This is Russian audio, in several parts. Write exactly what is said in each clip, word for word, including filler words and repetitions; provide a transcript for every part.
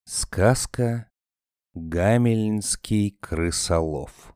Сказка «Гамельнский крысолов».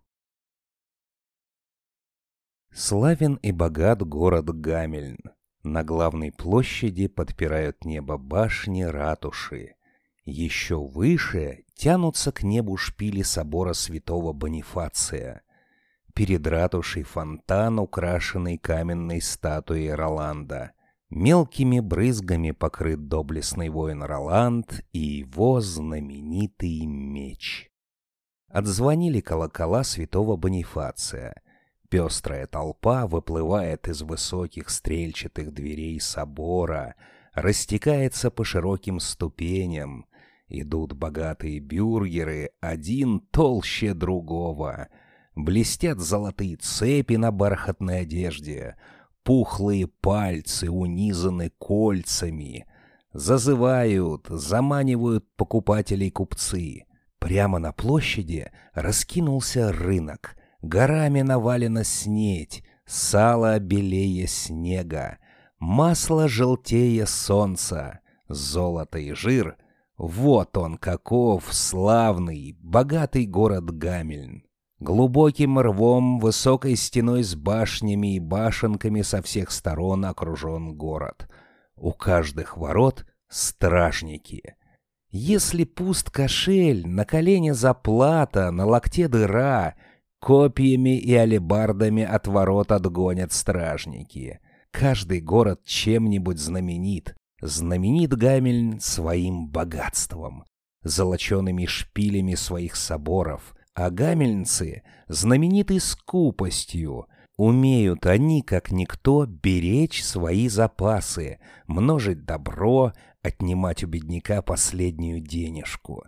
Славен и богат город Гамельн. На главной площади подпирают небо башни ратуши. Еще выше тянутся к небу шпили собора святого Бонифация. Перед ратушей фонтан, украшенный каменной статуей Роланда. Мелкими брызгами покрыт доблестный воин Роланд и его знаменитый меч. Отзвонили колокола святого Бонифация. Пестрая толпа выплывает из высоких стрельчатых дверей собора, растекается по широким ступеням. Идут богатые бюргеры, один толще другого. Блестят золотые цепи на бархатной одежде. Пухлые пальцы унизаны кольцами. Зазывают, заманивают покупателей купцы. Прямо на площади раскинулся рынок. Горами навалена снедь, сало белее снега, масло желтее солнца, золото и жир. Вот он каков славный, богатый город Гамельн. Глубоким рвом, высокой стеной с башнями и башенками со всех сторон окружен город. У каждых ворот стражники. Если пуст кошель, на колене заплата, на локте дыра, копьями и алебардами от ворот отгонят стражники. Каждый город чем-нибудь знаменит. Знаменит Гамельн своим богатством, золочеными шпилями своих соборов. А гамельнцы знамениты скупостью. Умеют они, как никто, беречь свои запасы, множить добро, отнимать у бедняка последнюю денежку.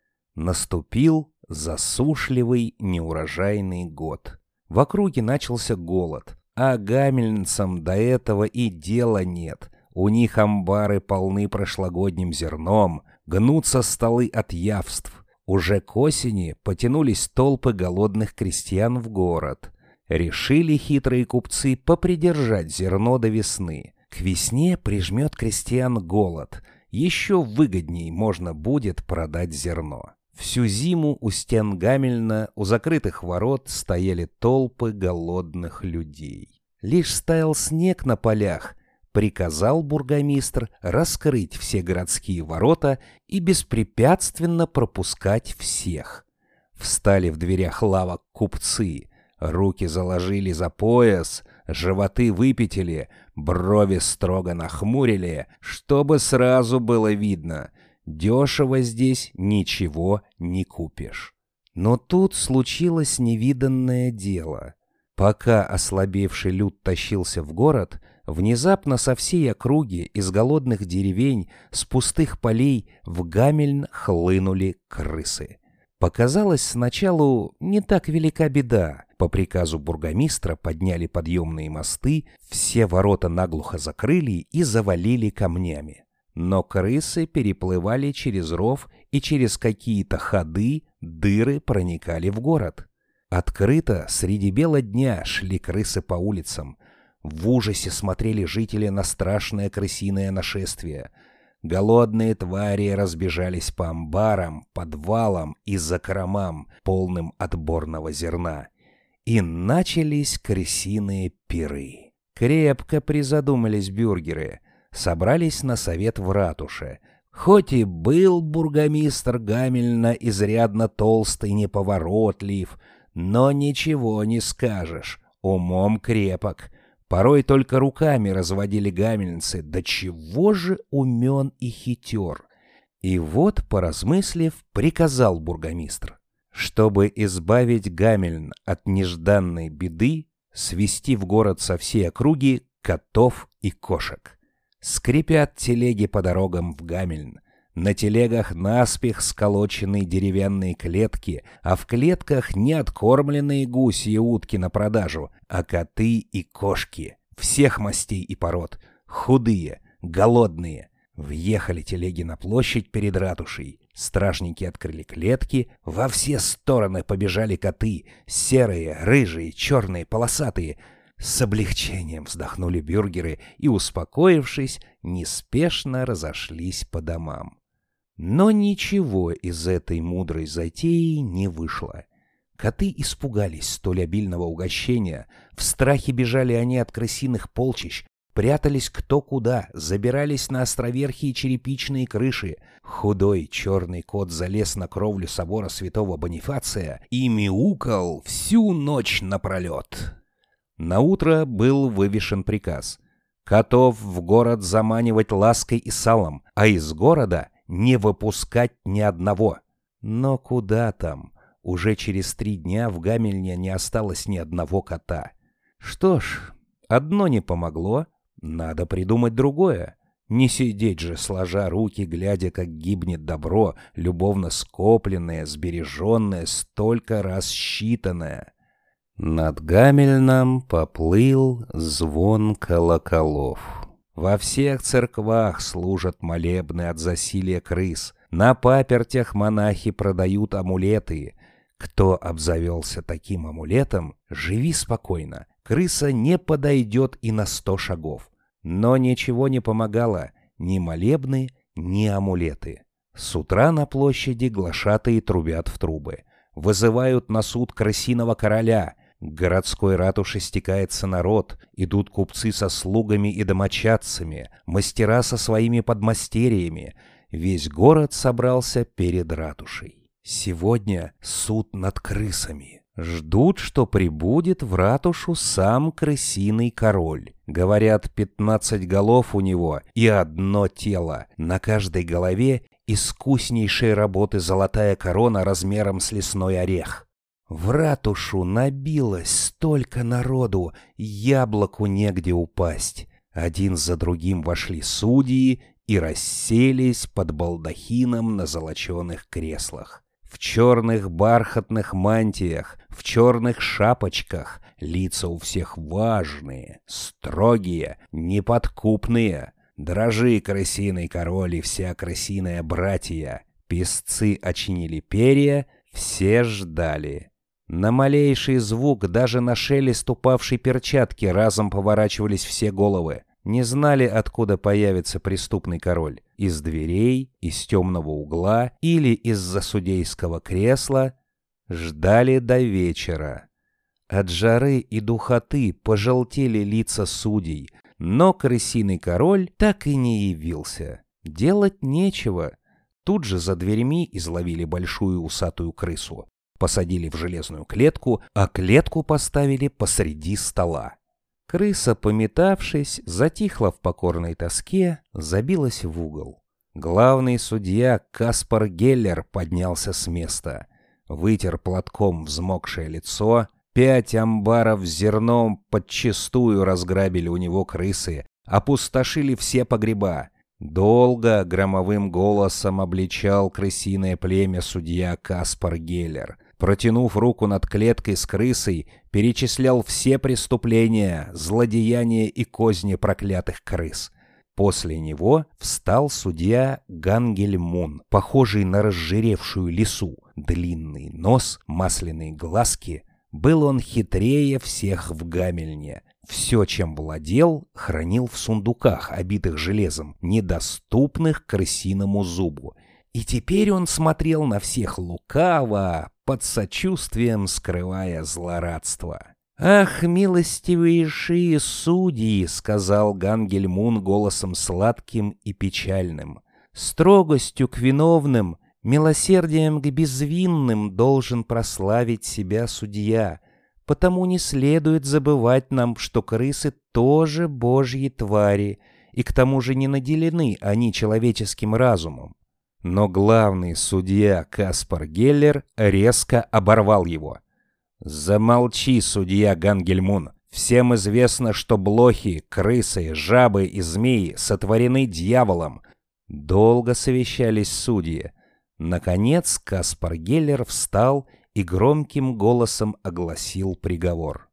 Наступил засушливый неурожайный год. В округе начался голод, а гамельнцам до этого и дела нет. У них амбары полны прошлогодним зерном, гнутся столы от явств. Уже к осени потянулись толпы голодных крестьян в город. Решили хитрые купцы попридержать зерно до весны. К весне прижмет крестьян голод. Еще выгодней можно будет продать зерно. Всю зиму у стен Гамельна, у закрытых ворот, стояли толпы голодных людей. Лишь стаял снег на полях. Приказал бургомистр раскрыть все городские ворота и беспрепятственно пропускать всех. Встали в дверях лавок купцы, руки заложили за пояс, животы выпятили, брови строго нахмурили, чтобы сразу было видно: дешево здесь ничего не купишь. Но тут случилось невиданное дело. Пока ослабевший люд тащился в город, внезапно со всей округи, из голодных деревень, с пустых полей в Гамельн хлынули крысы. Показалось сначала не так велика беда. По приказу бургомистра подняли подъемные мосты, все ворота наглухо закрыли и завалили камнями. Но крысы переплывали через ров и через какие-то ходы, дыры проникали в город. Открыто среди бела дня шли крысы по улицам. В ужасе смотрели жители на страшное крысиное нашествие. Голодные твари разбежались по амбарам, подвалам и закромам, полным отборного зерна. И начались крысиные пиры. Крепко призадумались бюргеры. Собрались на совет в ратуше. Хоть и был бургомистр Гамельна изрядно толстый, неповоротлив, но ничего не скажешь, умом крепок. Порой только руками разводили гамельнцы, да чего же умен и хитер. И вот, поразмыслив, приказал бургомистр, чтобы избавить Гамельн от нежданной беды, свести в город со всей округи котов и кошек. Скрипят телеги по дорогам в Гамельн. На телегах наспех сколоченные деревянные клетки, а в клетках не откормленные гуси и утки на продажу, а коты и кошки, всех мастей и пород, худые, голодные. Въехали телеги на площадь перед ратушей. Стражники открыли клетки, во все стороны побежали коты, серые, рыжие, черные, полосатые. С облегчением вздохнули бюргеры и, успокоившись, неспешно разошлись по домам. Но ничего из этой мудрой затеи не вышло. Коты испугались столь обильного угощения, в страхе бежали они от крысиных полчищ, прятались кто куда, забирались на островерхие черепичные крыши. Худой черный кот залез на кровлю собора святого Бонифация и мяукал всю ночь напролет. Наутро был вывешен приказ: котов в город заманивать лаской и салом, а из города не выпускать ни одного. Но куда там? Уже через три дня в Гамельне не осталось ни одного кота. Что ж, одно не помогло, надо придумать другое. Не сидеть же, сложа руки, глядя, как гибнет добро, любовно скопленное, сбереженное, столько раз считанное. Над Гамельном поплыл звон колоколов. Во всех церквах служат молебны от засилия крыс. На папертях монахи продают амулеты. Кто обзавелся таким амулетом, живи спокойно. Крыса не подойдет и на сто шагов. Но ничего не помогало, ни молебны, ни амулеты. С утра на площади глашатые трубят в трубы. Вызывают на суд крысиного короля. К городской ратуше стекается народ, идут купцы со слугами и домочадцами, мастера со своими подмастерьями. Весь город собрался перед ратушей. Сегодня суд над крысами. Ждут, что прибудет в ратушу сам крысиный король. Говорят, пятнадцать голов у него и одно тело. На каждой голове искуснейшей работы золотая корона размером с лесной орех. В ратушу набилось столько народу, яблоку негде упасть. Один за другим вошли судьи и расселись под балдахином на золоченых креслах. В черных бархатных мантиях, в черных шапочках, лица у всех важные, строгие, неподкупные. Дрожи, крысиный король и вся крысиная братья. Песцы очинили перья, все ждали. На малейший звук, даже на шелест упавшей перчатки, разом поворачивались все головы. Не знали, откуда появится преступный король. Из дверей, из темного угла или из-за судейского кресла. Ждали до вечера. От жары и духоты пожелтели лица судей, но крысиный король так и не явился. Делать нечего. Тут же за дверьми изловили большую усатую крысу, посадили в железную клетку, а клетку поставили посреди стола. Крыса, пометавшись, затихла в покорной тоске, забилась в угол. Главный судья Каспар Геллер поднялся с места, вытер платком взмокшее лицо. Пять амбаров с зерном подчистую разграбили у него крысы, опустошили все погреба. Долго громовым голосом обличал крысиное племя судья Каспар Геллер. Протянув руку над клеткой с крысой, перечислял все преступления, злодеяния и козни проклятых крыс. После него встал судья Гангельмун, похожий на разжиревшую лису. Длинный нос, масляные глазки. Был он хитрее всех в Гамельне. Все, чем владел, хранил в сундуках, обитых железом, недоступных крысиному зубу. И теперь он смотрел на всех лукаво, под сочувствием скрывая злорадство. «Ах, милостивейшие судьи!» — сказал Гангельмун голосом сладким и печальным. «Строгостью к виновным, милосердием к безвинным должен прославить себя судья. Потому не следует забывать нам, что крысы тоже божьи твари, и к тому же не наделены они человеческим разумом». Но главный судья Каспар Геллер резко оборвал его. «Замолчи, судья Гангельмун. Всем известно, что блохи, крысы, жабы и змеи сотворены дьяволом». Долго совещались судьи. Наконец Каспар Геллер встал и громким голосом огласил приговор.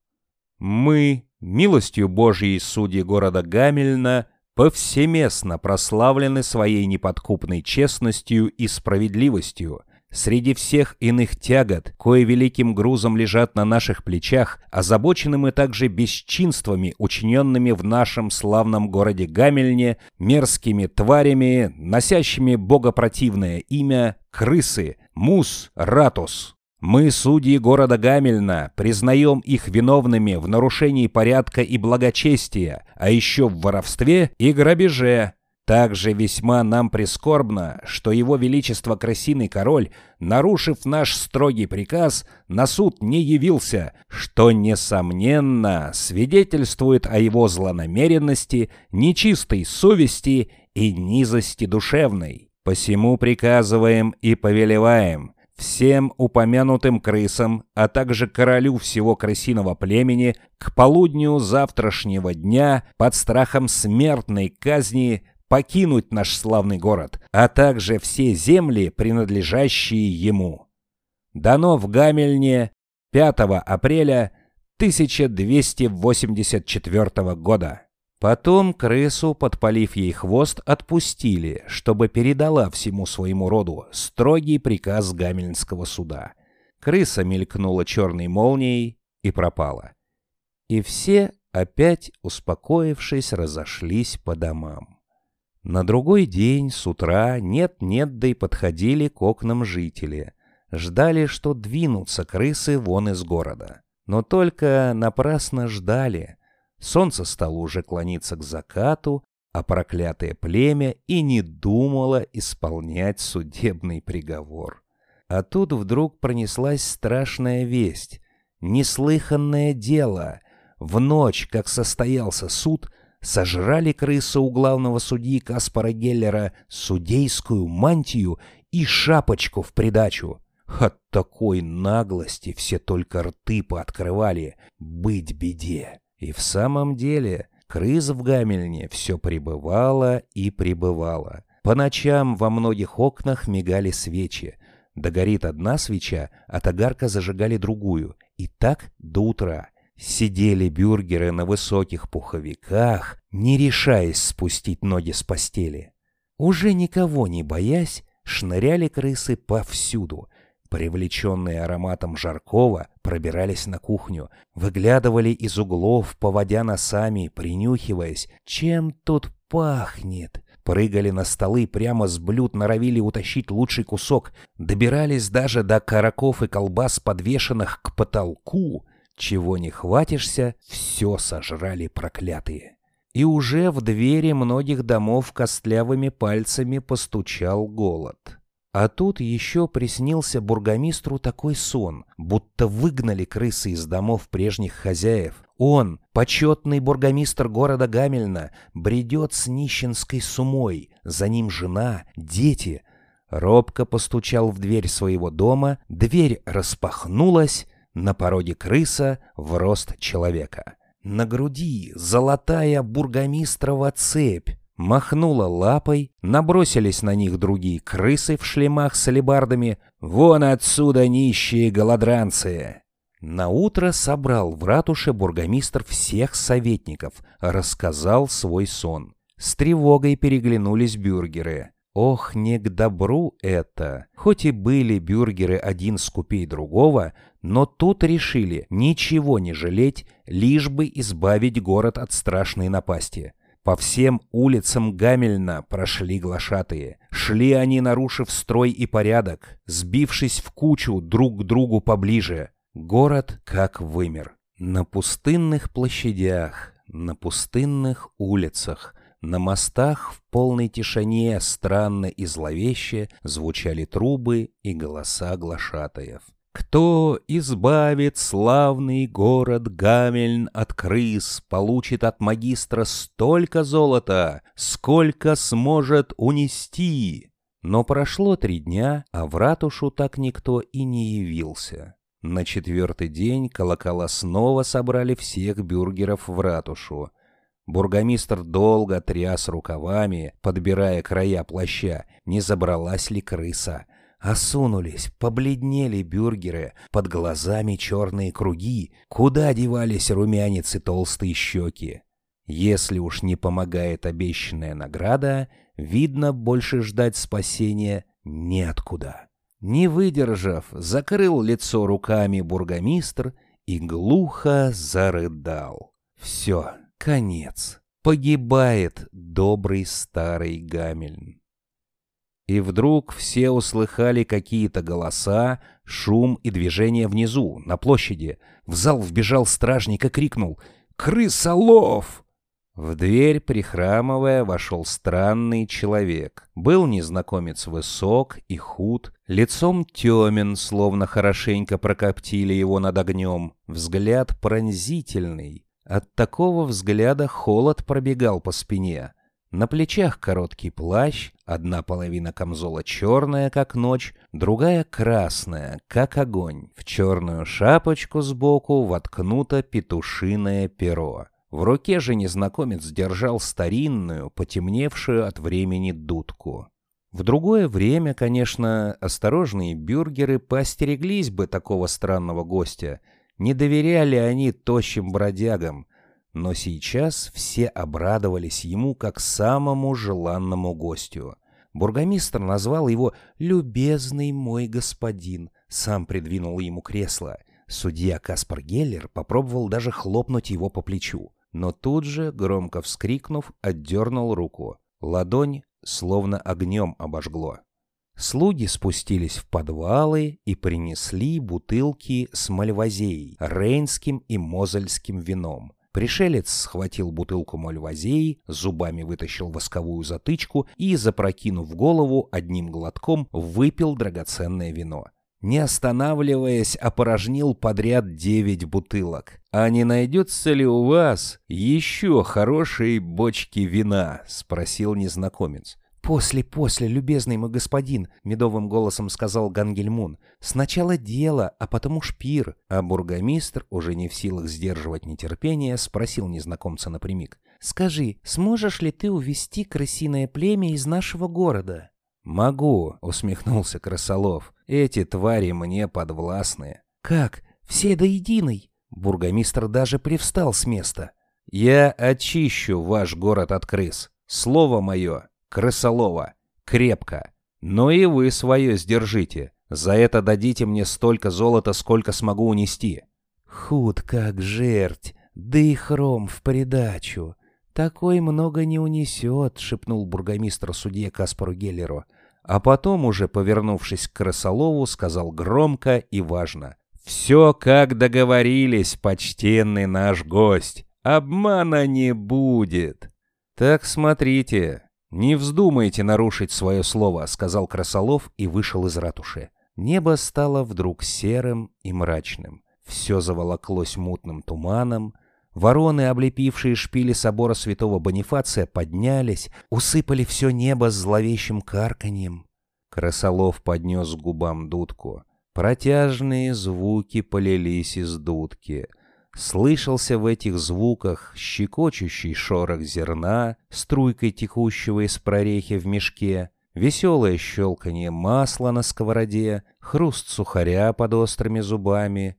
«Мы, милостью Божьей судьи города Гамельна, повсеместно прославлены своей неподкупной честностью и справедливостью. Среди всех иных тягот, кое великим грузом лежат на наших плечах, озабочены мы также бесчинствами, учиненными в нашем славном городе Гамельне, мерзкими тварями, носящими богопротивное имя крысы, мус, ратус. Мы, судьи города Гамельна, признаем их виновными в нарушении порядка и благочестия, а еще в воровстве и грабеже. Также весьма нам прискорбно, что его величество крысиный король, нарушив наш строгий приказ, на суд не явился, что, несомненно, свидетельствует о его злонамеренности, нечистой совести и низости душевной. Посему приказываем и повелеваем всем упомянутым крысам, а также королю всего крысиного племени к полудню завтрашнего дня под страхом смертной казни покинуть наш славный город, а также все земли, принадлежащие ему. Дано в Гамельне пятого апреля тысяча двести восемьдесят четвёртого года. Потом крысу, подпалив ей хвост, отпустили, чтобы передала всему своему роду строгий приказ Гамельнского суда. Крыса мелькнула черной молнией и пропала. И все, опять успокоившись, разошлись по домам. На другой день с утра нет-нет, да и подходили к окнам жители. Ждали, что двинутся крысы вон из города. Но только напрасно ждали. Солнце стало уже клониться к закату, а проклятое племя и не думало исполнять судебный приговор. А тут вдруг пронеслась страшная весть. Неслыханное дело. В ночь, как состоялся суд, сожрали крысы у главного судьи Каспара Геллера судейскую мантию и шапочку в придачу. От такой наглости все только рты пооткрывали. Быть беде. И в самом деле крыс в Гамельне все прибывало и прибывало. По ночам во многих окнах мигали свечи. Догорит одна свеча, от огарка зажигали другую. И так до утра. Сидели бюргеры на высоких пуховиках, не решаясь спустить ноги с постели. Уже никого не боясь, шныряли крысы повсюду. Привлеченные ароматом жаркого, пробирались на кухню, выглядывали из углов, поводя носами, принюхиваясь, чем тут пахнет. Прыгали на столы, прямо с блюд норовили утащить лучший кусок, добирались даже до караков и колбас, подвешенных к потолку. Чего не хватишься, все сожрали проклятые. И уже в двери многих домов костлявыми пальцами постучал голод. А тут еще приснился бургомистру такой сон, будто выгнали крысы из домов прежних хозяев. Он, почетный бургомистр города Гамельна, бредет с нищенской сумой, за ним жена, дети. Робко постучал в дверь своего дома, дверь распахнулась, на пороге крыса в рост человека. На груди золотая бургомистрова цепь. Махнула лапой, набросились на них другие крысы в шлемах с алебардами. «Вон отсюда, нищие голодранцы!» Наутро собрал в ратуше бургомистр всех советников, рассказал свой сон. С тревогой переглянулись бюргеры. Ох, не к добру это! Хоть и были бюргеры один скупей другого, но тут решили ничего не жалеть, лишь бы избавить город от страшной напасти. По всем улицам Гамельна прошли глашатые. Шли они, нарушив строй и порядок, сбившись в кучу друг к другу поближе. Город как вымер. На пустынных площадях, на пустынных улицах, на мостах в полной тишине странно и зловеще звучали трубы и голоса глашатаев. Кто избавит славный город Гамельн от крыс, получит от магистра столько золота, сколько сможет унести. Но прошло три дня, а в ратушу так никто и не явился. На четвертый день колокола снова собрали всех бюргеров в ратушу. Бургомистр долго тряс рукавами, подбирая края плаща, не забралась ли крыса. Осунулись, побледнели бюргеры, под глазами черные круги, куда девались румянец и толстые щеки. Если уж не помогает обещанная награда, видно, больше ждать спасения неоткуда. Не выдержав, закрыл лицо руками бургомистр и глухо зарыдал. Все, конец. Погибает добрый старый Гамельн. И вдруг все услыхали какие-то голоса, шум и движение внизу, на площади. В зал вбежал стражник и крикнул: «Крысолов!» В дверь, прихрамывая, вошел странный человек. Был незнакомец высок и худ, лицом темен, словно хорошенько прокоптили его над огнем. Взгляд пронзительный. От такого взгляда холод пробегал по спине. На плечах короткий плащ, одна половина камзола черная, как ночь, другая красная, как огонь. В черную шапочку сбоку воткнуто петушиное перо. В руке же незнакомец держал старинную, потемневшую от времени дудку. В другое время, конечно, осторожные бюргеры поостереглись бы такого странного гостя, не доверяли они тощим бродягам, но сейчас все обрадовались ему как самому желанному гостю. Бургомистр назвал его «любезный мой господин», сам придвинул ему кресло. Судья Каспар Геллер попробовал даже хлопнуть его по плечу, но тут же, громко вскрикнув, отдернул руку. Ладонь словно огнем обожгло. Слуги спустились в подвалы и принесли бутылки с мальвазеей, рейнским и мозельским вином. Пришелец схватил бутылку мальвазеи, зубами вытащил восковую затычку и, запрокинув голову, одним глотком выпил драгоценное вино. Не останавливаясь, опорожнил подряд девять бутылок. «А не найдется ли у вас еще хорошие бочки вина?» — спросил незнакомец. «После, после, любезный мой господин», — медовым голосом сказал Гангельмун. «Сначала дело, а потом уж пир». А бургомистр, уже не в силах сдерживать нетерпение, спросил незнакомца напрямик: «Скажи, сможешь ли ты увести крысиное племя из нашего города?» «Могу», — усмехнулся Крысолов. «Эти твари мне подвластны». «Как? Все до единой?» Бургомистр даже привстал с места. «Я очищу ваш город от крыс. Слово мое, Крысолова, крепко. Но и вы свое сдержите. За это дадите мне столько золота, сколько смогу унести». «Худ как жерть, да и хром в придачу. Такой много не унесет», — шепнул бургомистр судье Каспару Геллеру. А потом, уже повернувшись к Крысолову, сказал громко и важно: «Все, как договорились, почтенный наш гость. Обмана не будет». «Так смотрите, не вздумайте нарушить свое слово», — сказал Крысолов и вышел из ратуши. Небо стало вдруг серым и мрачным. Все заволоклось мутным туманом. Вороны, облепившие шпили собора святого Бонифация, поднялись, усыпали все небо зловещим карканьем. Крысолов поднес к губам дудку. Протяжные звуки полились из дудки. Слышался в этих звуках щекочущий шорох зерна, струйкой текущего из прорехи в мешке, веселое щелканье масла на сковороде, хруст сухаря под острыми зубами.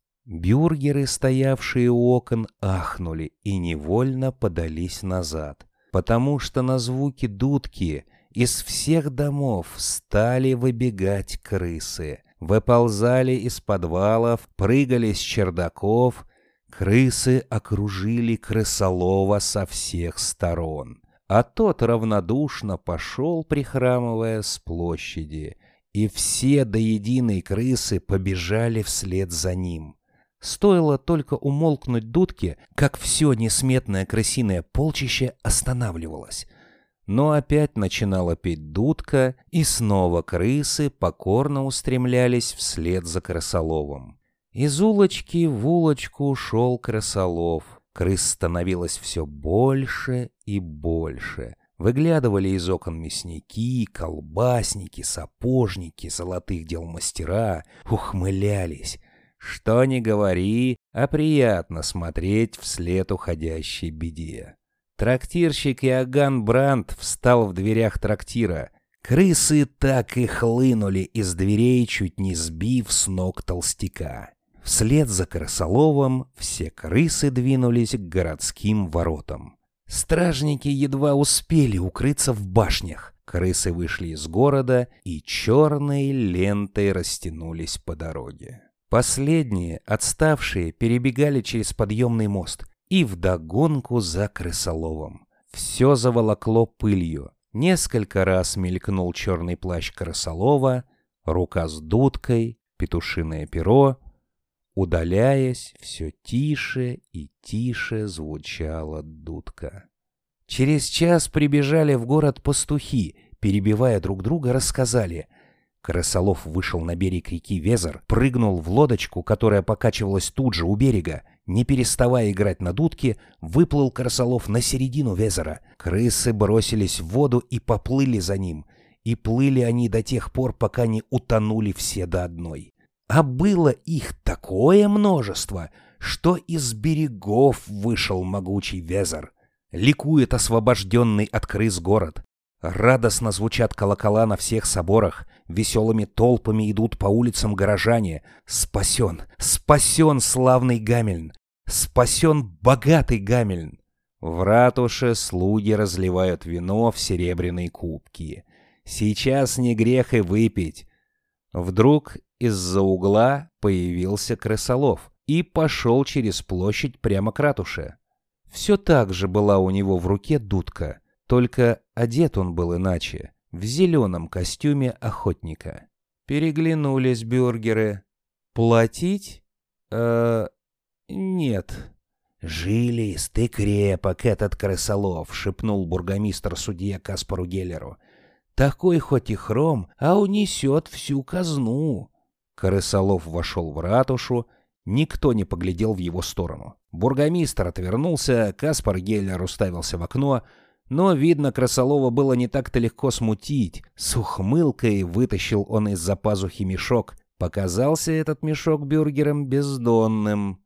Бюргеры, стоявшие у окон, ахнули и невольно подались назад, потому что на звуки дудки из всех домов стали выбегать крысы, выползали из подвалов, прыгали с чердаков. Крысы окружили Крысолова со всех сторон, а тот равнодушно пошел, прихрамывая, с площади, и все до единой крысы побежали вслед за ним. Стоило только умолкнуть дудке, как все несметное крысиное полчище останавливалось. Но опять начинала петь дудка, и снова крысы покорно устремлялись вслед за Крысоловым. Из улочки в улочку шел Крысолов. Крыс становилось все больше и больше. Выглядывали из окон мясники, колбасники, сапожники, золотых дел мастера, ухмылялись. Что ни говори, а приятно смотреть вслед уходящей беде. Трактирщик Иоганн Брандт встал в дверях трактира. Крысы так и хлынули из дверей, чуть не сбив с ног толстяка. Вслед за Крысоловым все крысы двинулись к городским воротам. Стражники едва успели укрыться в башнях. Крысы вышли из города и черной лентой растянулись по дороге. Последние, отставшие, перебегали через подъемный мост и вдогонку за крысоловом. Все заволокло пылью. Несколько раз мелькнул черный плащ крысолова, рука с дудкой, петушиное перо. Удаляясь, все тише и тише звучала дудка. Через час прибежали в город пастухи, перебивая друг друга, рассказали. Крысолов вышел на берег реки Везер, прыгнул в лодочку, которая покачивалась тут же у берега. Не переставая играть на дудке, выплыл Крысолов на середину Везера. Крысы бросились в воду и поплыли за ним. И плыли они до тех пор, пока не утонули все до одной. А было их такое множество, что из берегов вышел могучий Везер. Ликует освобожденный от крыс город. Радостно звучат колокола на всех соборах. Веселыми толпами идут по улицам горожане. Спасен, спасен славный Гамельн. Спасен богатый Гамельн. В ратуше слуги разливают вино в серебряные кубки. Сейчас не грех и выпить. Вдруг из-за угла появился Крысолов и пошел через площадь прямо к ратуше. Все так же была у него в руке дудка, только одет он был иначе, в зеленом костюме охотника. Переглянулись бюргеры. «Платить? Э, нет». «Жилист, ты крепок, этот Крысолов», — шепнул бургомистр-судья Каспару Геллеру. «Такой хоть и хром, а унесет всю казну». Крысолов вошел в ратушу. Никто не поглядел в его сторону. Бургомистр отвернулся, Каспар Геллер уставился в окно, но, видно, Крысолова было не так-то легко смутить. С ухмылкой вытащил он из-за пазухи мешок. Показался этот мешок бюргерам бездонным.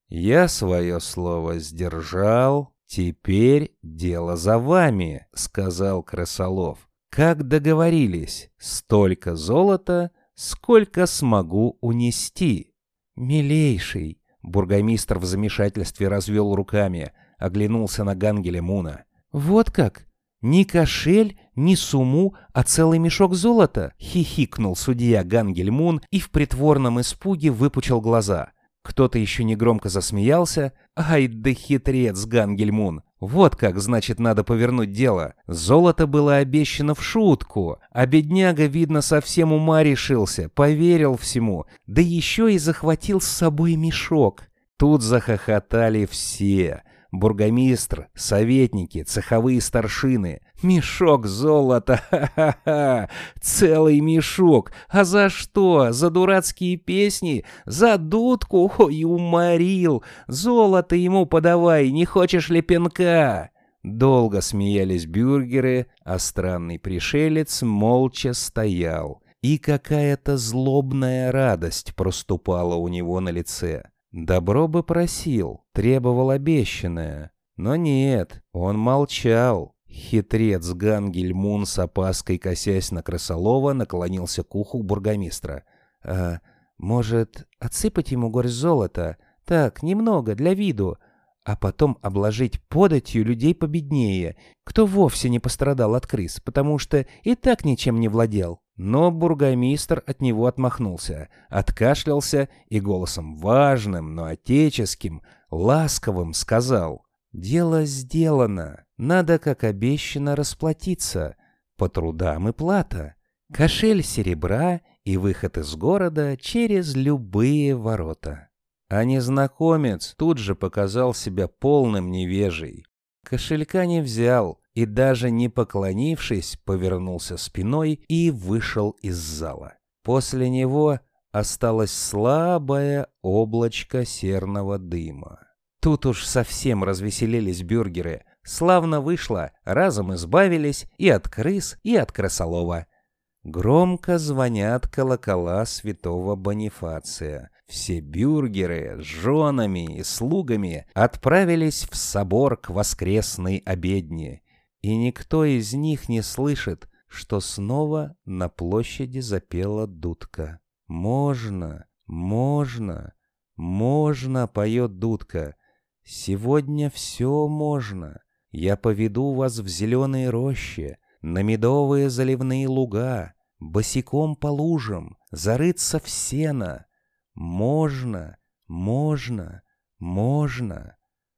«Я свое слово сдержал, теперь дело за вами», — сказал Крысолов. «Как договорились, столько золота, сколько смогу унести». «Милейший!» — бургомистр в замешательстве развел руками, оглянулся на Гангеля Муна. «Вот как? Ни кошель, ни сумму, а целый мешок золота!» — хихикнул судья Гангель Мун и в притворном испуге выпучил глаза. Кто-то еще негромко засмеялся. «Ай да хитрец, Гангель Мун! Вот как, значит, надо повернуть дело. Золото было обещано в шутку, а бедняга, видно, совсем ума решился, поверил всему, да еще и захватил с собой мешок». Тут захохотали все. Бургомистр, советники, цеховые старшины. «Мешок золота! Ха-ха-ха! Целый мешок! А за что? За дурацкие песни? За дудку? Ой, уморил! Золото ему подавай, не хочешь ли пинка?» Долго смеялись бюргеры, а странный пришелец молча стоял. И какая-то злобная радость проступала у него на лице. Добро бы просил, требовал обещанное. Но нет, он молчал. Хитрец Гангель Мун, с опаской косясь на Крысолова, наклонился к уху бургомистра. «А, может, отсыпать ему горсть золота? Так, немного, для виду. А потом обложить податью людей победнее, кто вовсе не пострадал от крыс, потому что и так ничем не владел». Но бургомистр от него отмахнулся, откашлялся и голосом важным, но отеческим, ласковым сказал: «Дело сделано, надо, как обещано, расплатиться, по трудам и плата, кошель серебра и выход из города через любые ворота». А незнакомец тут же показал себя полным невежей. Кошелька не взял и, даже не поклонившись, повернулся спиной и вышел из зала. После него осталось слабое облачко серного дыма. Тут уж совсем развеселились бюргеры. Славно вышло, разом избавились и от крыс, и от Крысолова. Громко звонят колокола святого Бонифация. Все бюргеры с женами и слугами отправились в собор к воскресной обедне. И никто из них не слышит, что снова на площади запела дудка. «Можно, можно, можно», — поет дудка. «Сегодня все можно. Я поведу вас в зеленые рощи, на медовые заливные луга, босиком по лужам, зарыться в сено. Можно, можно, можно.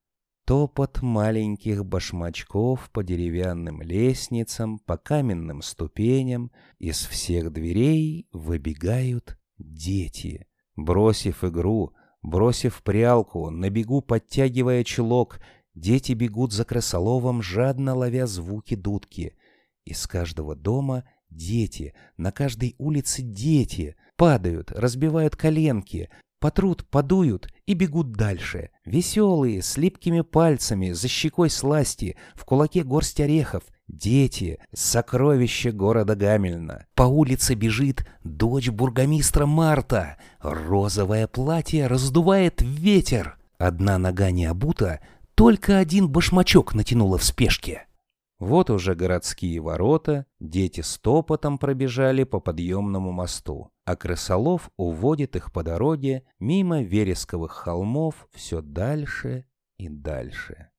Топот маленьких башмачков по деревянным лестницам, по каменным ступеням. Из всех дверей выбегают дети. Бросив игру, бросив прялку, на бегу подтягивая чулок, дети бегут за крысоловом, жадно ловя звуки дудки. Из каждого дома дети, на каждой улице дети. Падают, разбивают коленки, потрут, подуют и бегут дальше. Веселые, с липкими пальцами, за щекой сласти, в кулаке горсть орехов. Дети, сокровище города Гамельна. По улице бежит дочь бургомистра Марта. Розовое платье раздувает ветер. Одна нога не обута, только один башмачок натянула в спешке. Вот уже городские ворота, дети стопотом пробежали по подъемному мосту, а крысолов уводит их по дороге мимо вересковых холмов все дальше и дальше.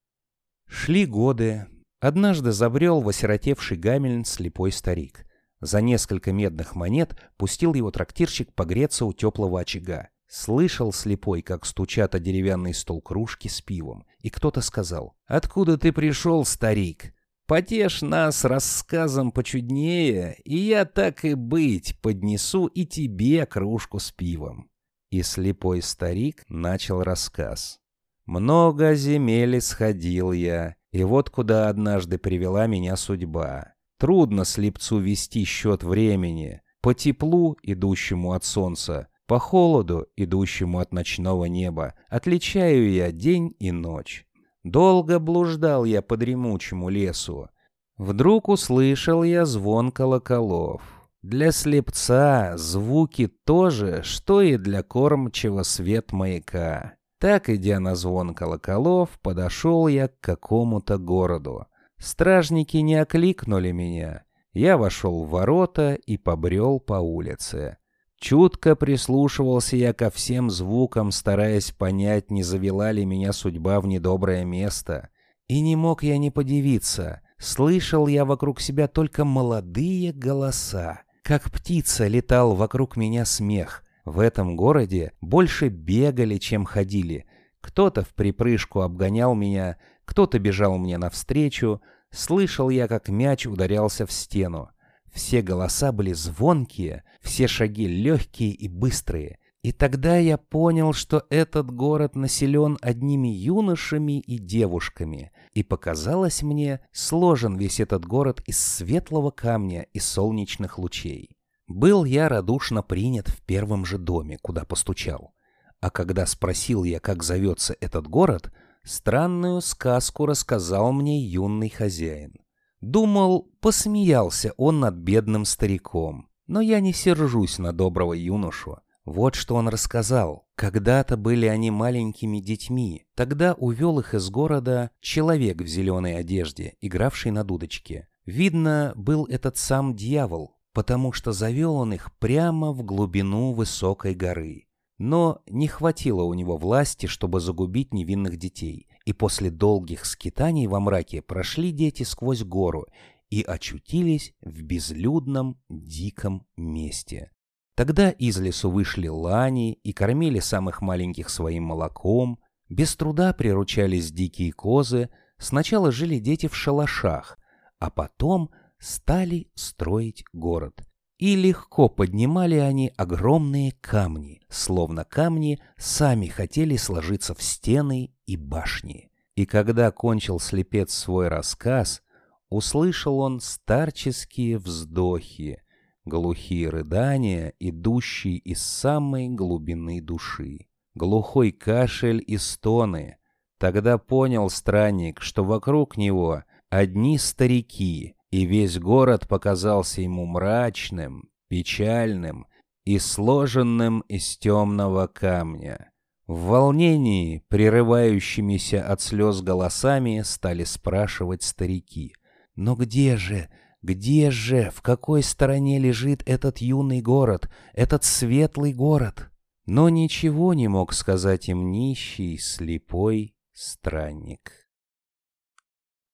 Шли годы. Однажды забрел в осиротевший Гамельн слепой старик. За несколько медных монет пустил его трактирщик погреться у теплого очага. Слышал слепой, как стучат о деревянный стол кружки с пивом, и кто-то сказал: «Откуда ты пришел, старик? Потешь нас рассказом почуднее, и я, так и быть, поднесу и тебе кружку с пивом». И слепой старик начал рассказ. «Много земель исходил я, и вот куда однажды привела меня судьба. Трудно слепцу вести счет времени, по теплу, идущему от солнца, по холоду, идущему от ночного неба, отличаю я день и ночь. Долго блуждал я по дремучему лесу. Вдруг услышал я звон колоколов. Для слепца звуки то же, что и для кормчего свет маяка. Так, идя на звон колоколов, подошел я к какому-то городу. Стражники не окликнули меня. Я вошел в ворота и побрел по улице. Чутко прислушивался я ко всем звукам, стараясь понять, не завела ли меня судьба в недоброе место. И не мог я не подивиться. Слышал я вокруг себя только молодые голоса. Как птица летал вокруг меня смех. В этом городе больше бегали, чем ходили. Кто-то в припрыжку обгонял меня, кто-то бежал мне навстречу. Слышал я, как мяч ударялся в стену. Все голоса были звонкие, все шаги легкие и быстрые. И тогда я понял, что этот город населен одними юношами и девушками. И показалось мне, сложен весь этот город из светлого камня и солнечных лучей. Был я радушно принят в первом же доме, куда постучал. А когда спросил я, как зовется этот город, странную сказку рассказал мне юный хозяин. Думал, посмеялся он над бедным стариком. Но я не сержусь на доброго юношу. Вот что он рассказал. Когда-то были они маленькими детьми. Тогда увел их из города человек в зеленой одежде, игравший на дудочке. Видно, был этот сам дьявол, потому что завел он их прямо в глубину высокой горы. Но не хватило у него власти, чтобы загубить невинных детей, и после долгих скитаний во мраке прошли дети сквозь гору и очутились в безлюдном диком месте. Тогда из лесу вышли лани и кормили самых маленьких своим молоком, без труда приручались дикие козы, сначала жили дети в шалашах, а потом стали строить город. И легко поднимали они огромные камни, словно камни сами хотели сложиться в стены и башни. И когда кончил слепец свой рассказ, услышал он старческие вздохи, глухие рыдания, идущие из самой глубины души, глухой кашель и стоны. Тогда понял странник, что вокруг него одни старики, и весь город показался ему мрачным, печальным и сложенным из темного камня. В волнении, прерывающимися от слез голосами, стали спрашивать старики: «Но где же, где же, в какой стороне лежит этот юный город, этот светлый город?» Но ничего не мог сказать им нищий, слепой странник.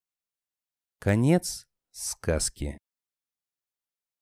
Конец сказки.